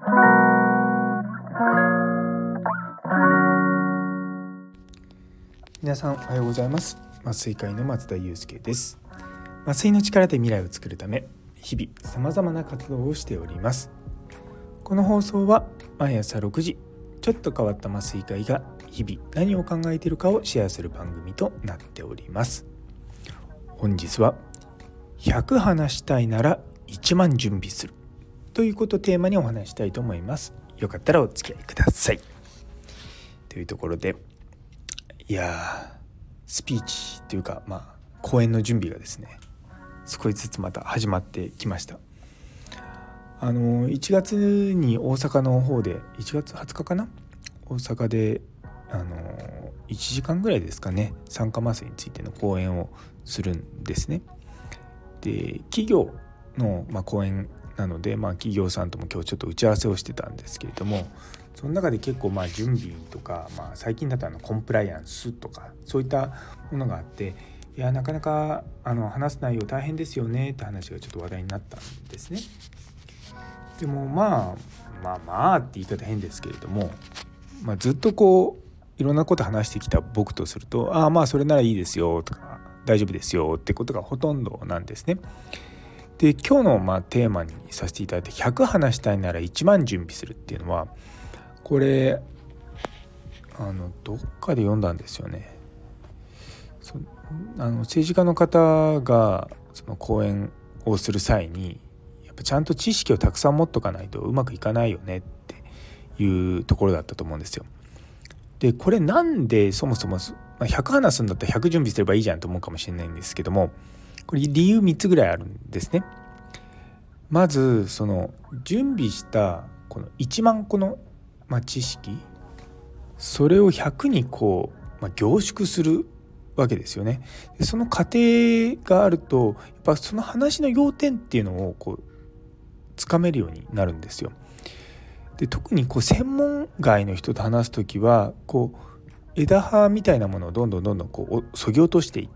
皆さんおはようございます。麻酔科医の松田祐介です。麻酔の力で未来を作るため、日々様々な活動をしております。この放送は毎朝6時、ちょっと変わった麻酔科医が日々何を考えているかをシェアする番組となっております。本日は100話したいなら1万準備するということをテーマにお話したいと思います。よかったらお付き合いください。というところで、スピーチというか、講演の準備がですね、少しずつまた始まってきました。1月に大阪の方で、1月20日かな、大阪で1時間ぐらいですかね、酸化麻酔についての講演をするんですね。で、企業の、講演なので、企業さんとも今日ちょっと打ち合わせをしてたんですけれども、その中で結構準備とか、最近だとコンプライアンスとかそういったものがあって、なかなか話す内容大変ですよねって話がちょっと話題になったんですね。でもって言い方変ですけれども、ずっといろんなこと話してきた僕とすると、それならいいですよとか大丈夫ですよってことがほとんどなんですね。で、今日のテーマにさせていただいて、100話したいなら1万準備するっていうのは、これどっかで読んだんですよね。政治家の方がその講演をする際に、やっぱちゃんと知識をたくさん持っとかないとうまくいかないよねっていうところだったと思うんですよ。で、これなんでそもそも100話すんだったら100準備すればいいじゃんと思うかもしれないんですけども、これ理由3つぐらいあるんですね。まず、その準備したこの1万個の知識、それを100に凝縮するわけですよね。で、その過程があると、やっぱその話の要点っていうのをつかめるようになるんですよ。で、特に専門外の人と話すときは枝葉みたいなものをどんどん削ぎ落としていって、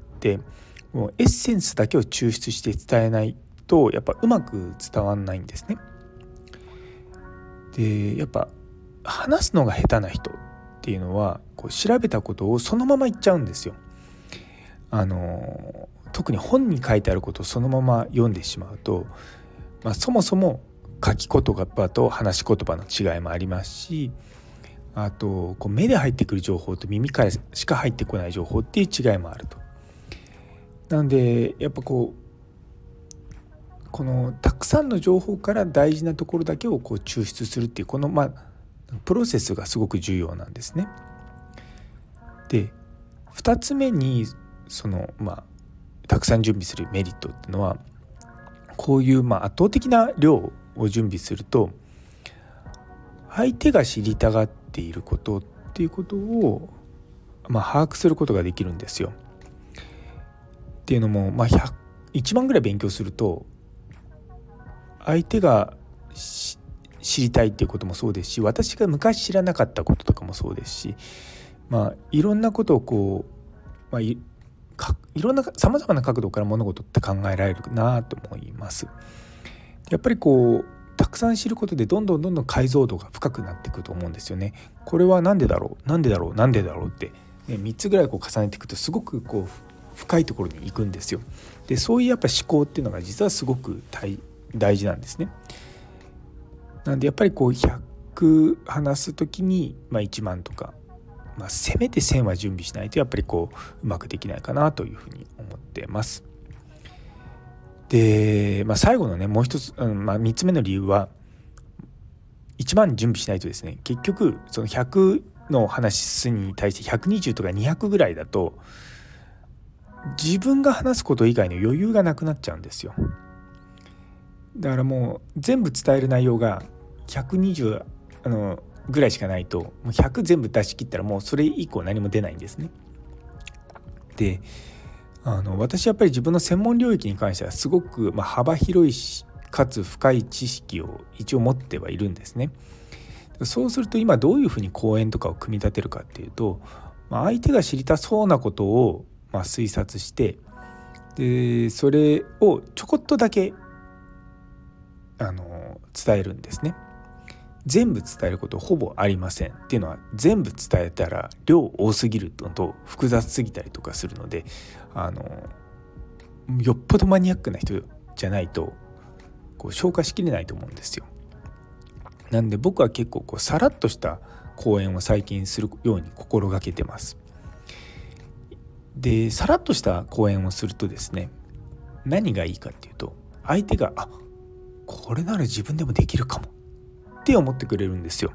もうエッセンスだけを抽出して伝えないとやっぱうまく伝わらないんですね。で、やっぱ話すのが下手な人っていうのは調べたことをそのまま言っちゃうんですよ。特に本に書いてあることをそのまま読んでしまうと、そもそも書き言葉と話し言葉の違いもありますし、あと目で入ってくる情報と耳からしか入ってこない情報っていう違いもあると。なのでやっぱこのたくさんの情報から大事なところだけを抽出するっていうこのプロセスがすごく重要なんですね。で、2つ目にたくさん準備するメリットっていうのは、こういう圧倒的な量を準備すると、相手が知りたがっていることっていうことを把握することができるんですよ。っていうのも、1万ぐらい勉強すると、相手が知りたいっていうこともそうですし、私が昔知らなかったこととかもそうですし、いろんなことをいろんなさまざまな角度から物事って考えられるなと思います。やっぱりたくさん知ることでどんどん解像度が深くなっていくと思うんですよね。これはなんでだろうって、3つぐらい重ねていくとすごく深いところに行くんですよ。で、そういうやっぱ思考っていうのが実はすごく大事なんですね。なんでやっぱり100話すときに1万とか、せめて1000は準備しないとやっぱりうまくできないかなというふうに思ってます。で、最後のね、もう一つ、3つ目の理由は、1万準備しないとですね、結局その100の話すに対して120とか200ぐらいだと、自分が話すこと以外の余裕がなくなっちゃうんですよ。だからもう全部伝える内容が120ぐらいしかないと、もう100全部出し切ったらもうそれ以降何も出ないんですね。で、私やっぱり自分の専門領域に関してはすごく幅広いしかつ深い知識を一応持ってはいるんですね。そうすると今どういうふうに講演とかを組み立てるかっていうと、相手が知りたそうなことを推察して、でそれをちょこっとだけ伝えるんですね。 全部伝えることほぼありません。っていうのは全部伝えたら量多すぎるのと複雑すぎたりとかするので、よっぽどマニアックな人じゃないと消化しきれないと思うんですよ。なんで僕は結構さらっとした講演を最近するように心がけてます。でさらっとした講演をするとですね、何がいいかっていうと、相手がこれなら自分でもできるかもって思ってくれるんですよ。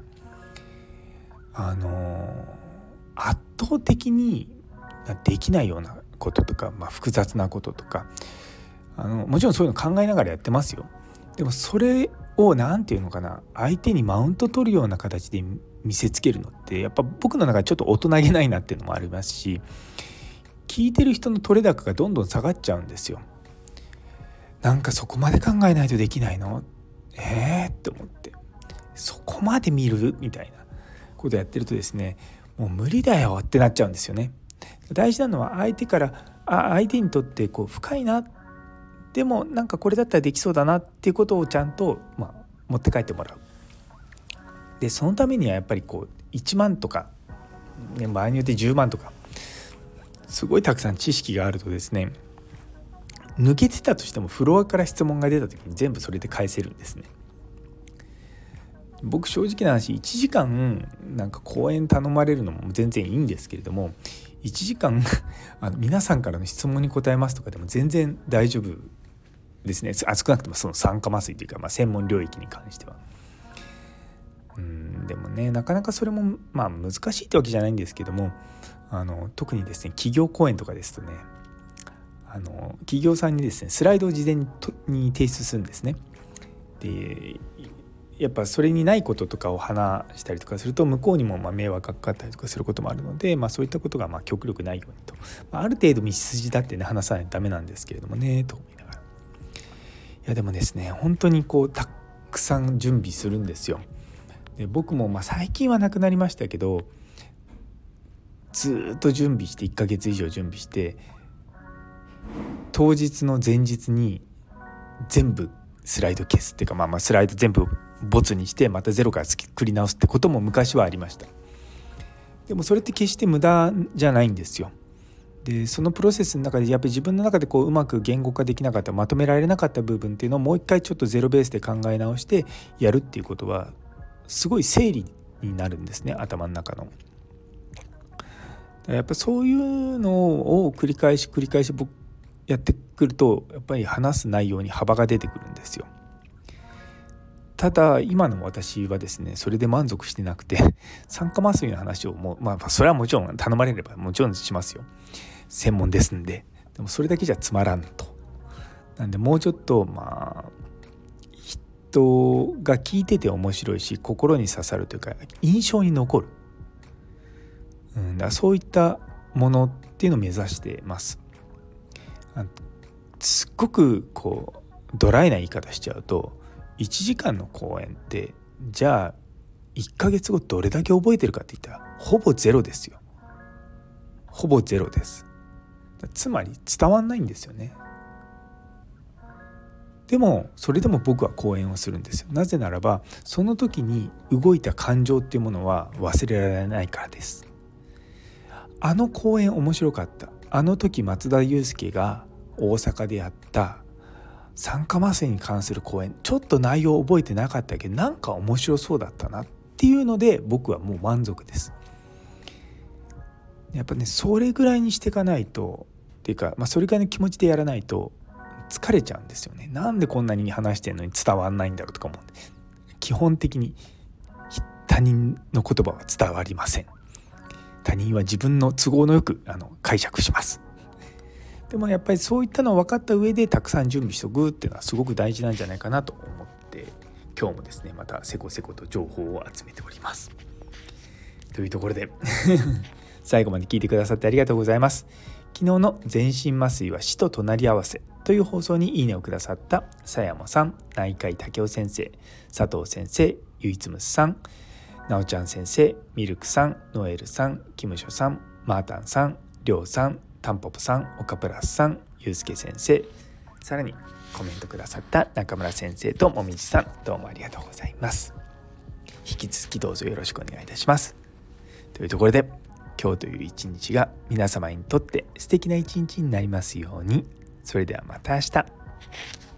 圧倒的にできないようなこととか、複雑なこととか、もちろんそういうの考えながらやってますよ。でもそれをなんていうのかな、相手にマウント取るような形で見せつけるのってやっぱ僕の中でちょっと大人げないなっていうのもありますし、聞いてる人の取れ高がどんどん下がっちゃうんですよ。なんかそこまで考えないとできないの？って思って、そこまで見るみたいなことやってるとですね、もう無理だよってなっちゃうんですよね。大事なのは相手にとって深いな、でもなんかこれだったらできそうだなっていうことをちゃんと、持って帰ってもらう。でそのためにはやっぱり1万とか、場合によって10万とかすごいたくさん知識があるとですね、抜けてたとしてもフロアから質問が出た時に全部それで返せるんですね。僕正直な話1時間なんか講演頼まれるのも全然いいんですけれども、1時間皆さんからの質問に答えますとかでも全然大丈夫ですね。少なくともその酸化麻酔というか、専門領域に関しては。でもね、なかなかそれも難しいってわけじゃないんですけども、特にですね企業講演とかですとね、企業さんにですねスライドを事前に提出するんですね。でやっぱそれにないこととかを話したりとかすると向こうにも迷惑がかかったりとかすることもあるので、そういったことが極力ないようにと、ある程度道筋だってね話さないとダメなんですけれどもねと思いながら、いやでもですね本当にたくさん準備するんですよ。で僕も最近はなくなりましたけど、ずっと準備して1ヶ月以上準備して、当日の前日に全部スライド消すっていうか、スライド全部ボツにしてまたゼロから作り直すってことも昔はありました。でもそれって決して無駄じゃないんですよ。でそのプロセスの中でやっぱり自分の中でうまく言語化できなかった、まとめられなかった部分っていうのをもう一回ちょっとゼロベースで考え直してやるっていうことはすごい整理になるんですね、頭の中の。やっぱそういうのを繰り返し僕やってくると、やっぱり話す内容に幅が出てくるんですよ。ただ今の私はですねそれで満足してなくて、酸化麻酔の話をそれはもちろん頼まれればもちろんしますよ、専門ですんで。でもそれだけじゃつまらんと。なんでもうちょっと人が聞いてて面白いし心に刺さるというか印象に残る、だからそういったものっていうのを目指してます。すっごくドライな言い方しちゃうと、1時間の講演ってじゃあ1ヶ月後どれだけ覚えてるかって言ったらほぼゼロですよ。ほぼゼロです。つまり伝わんないんですよね。でもそれでも僕は講演をするんですよ。なぜならばその時に動いた感情っていうものは忘れられないからです。あの講演面白かった、あの時松田祐介が大阪でやった酸化麻酔に関する講演、ちょっと内容覚えてなかったけどなんか面白そうだったなっていうので僕はもう満足です。やっぱねそれぐらいにしていかないとっていうか、それぐらいの気持ちでやらないと疲れちゃうんですよね。なんでこんなに話してるのに伝わんないんだろうとか思うんで、基本的に他人の言葉は伝わりません。他人は自分の都合のよく解釈します。でもやっぱりそういったのを分かった上でたくさん準備しておくっていうのはすごく大事なんじゃないかなと思って、今日もですねまたせこせこと情報を集めております。というところで最後まで聞いてくださってありがとうございます。昨日の全身麻酔は死と隣り合わせという放送にいいねをくださったさやもさん、内海武雄先生、佐藤先生、ゆいつむさん、なおちゃん先生、ミルクさん、ノエルさん、キムショさん、マータンさん、りょうさん、タンポポさん、オカプラスさん、ゆうすけ先生、さらにコメントくださった中村先生ともみじさん、どうもありがとうございます。 引き続きどうぞよろしくお願いいたします。というところで、今日という一日が皆様にとって素敵な一日になりますように。それではまた明日。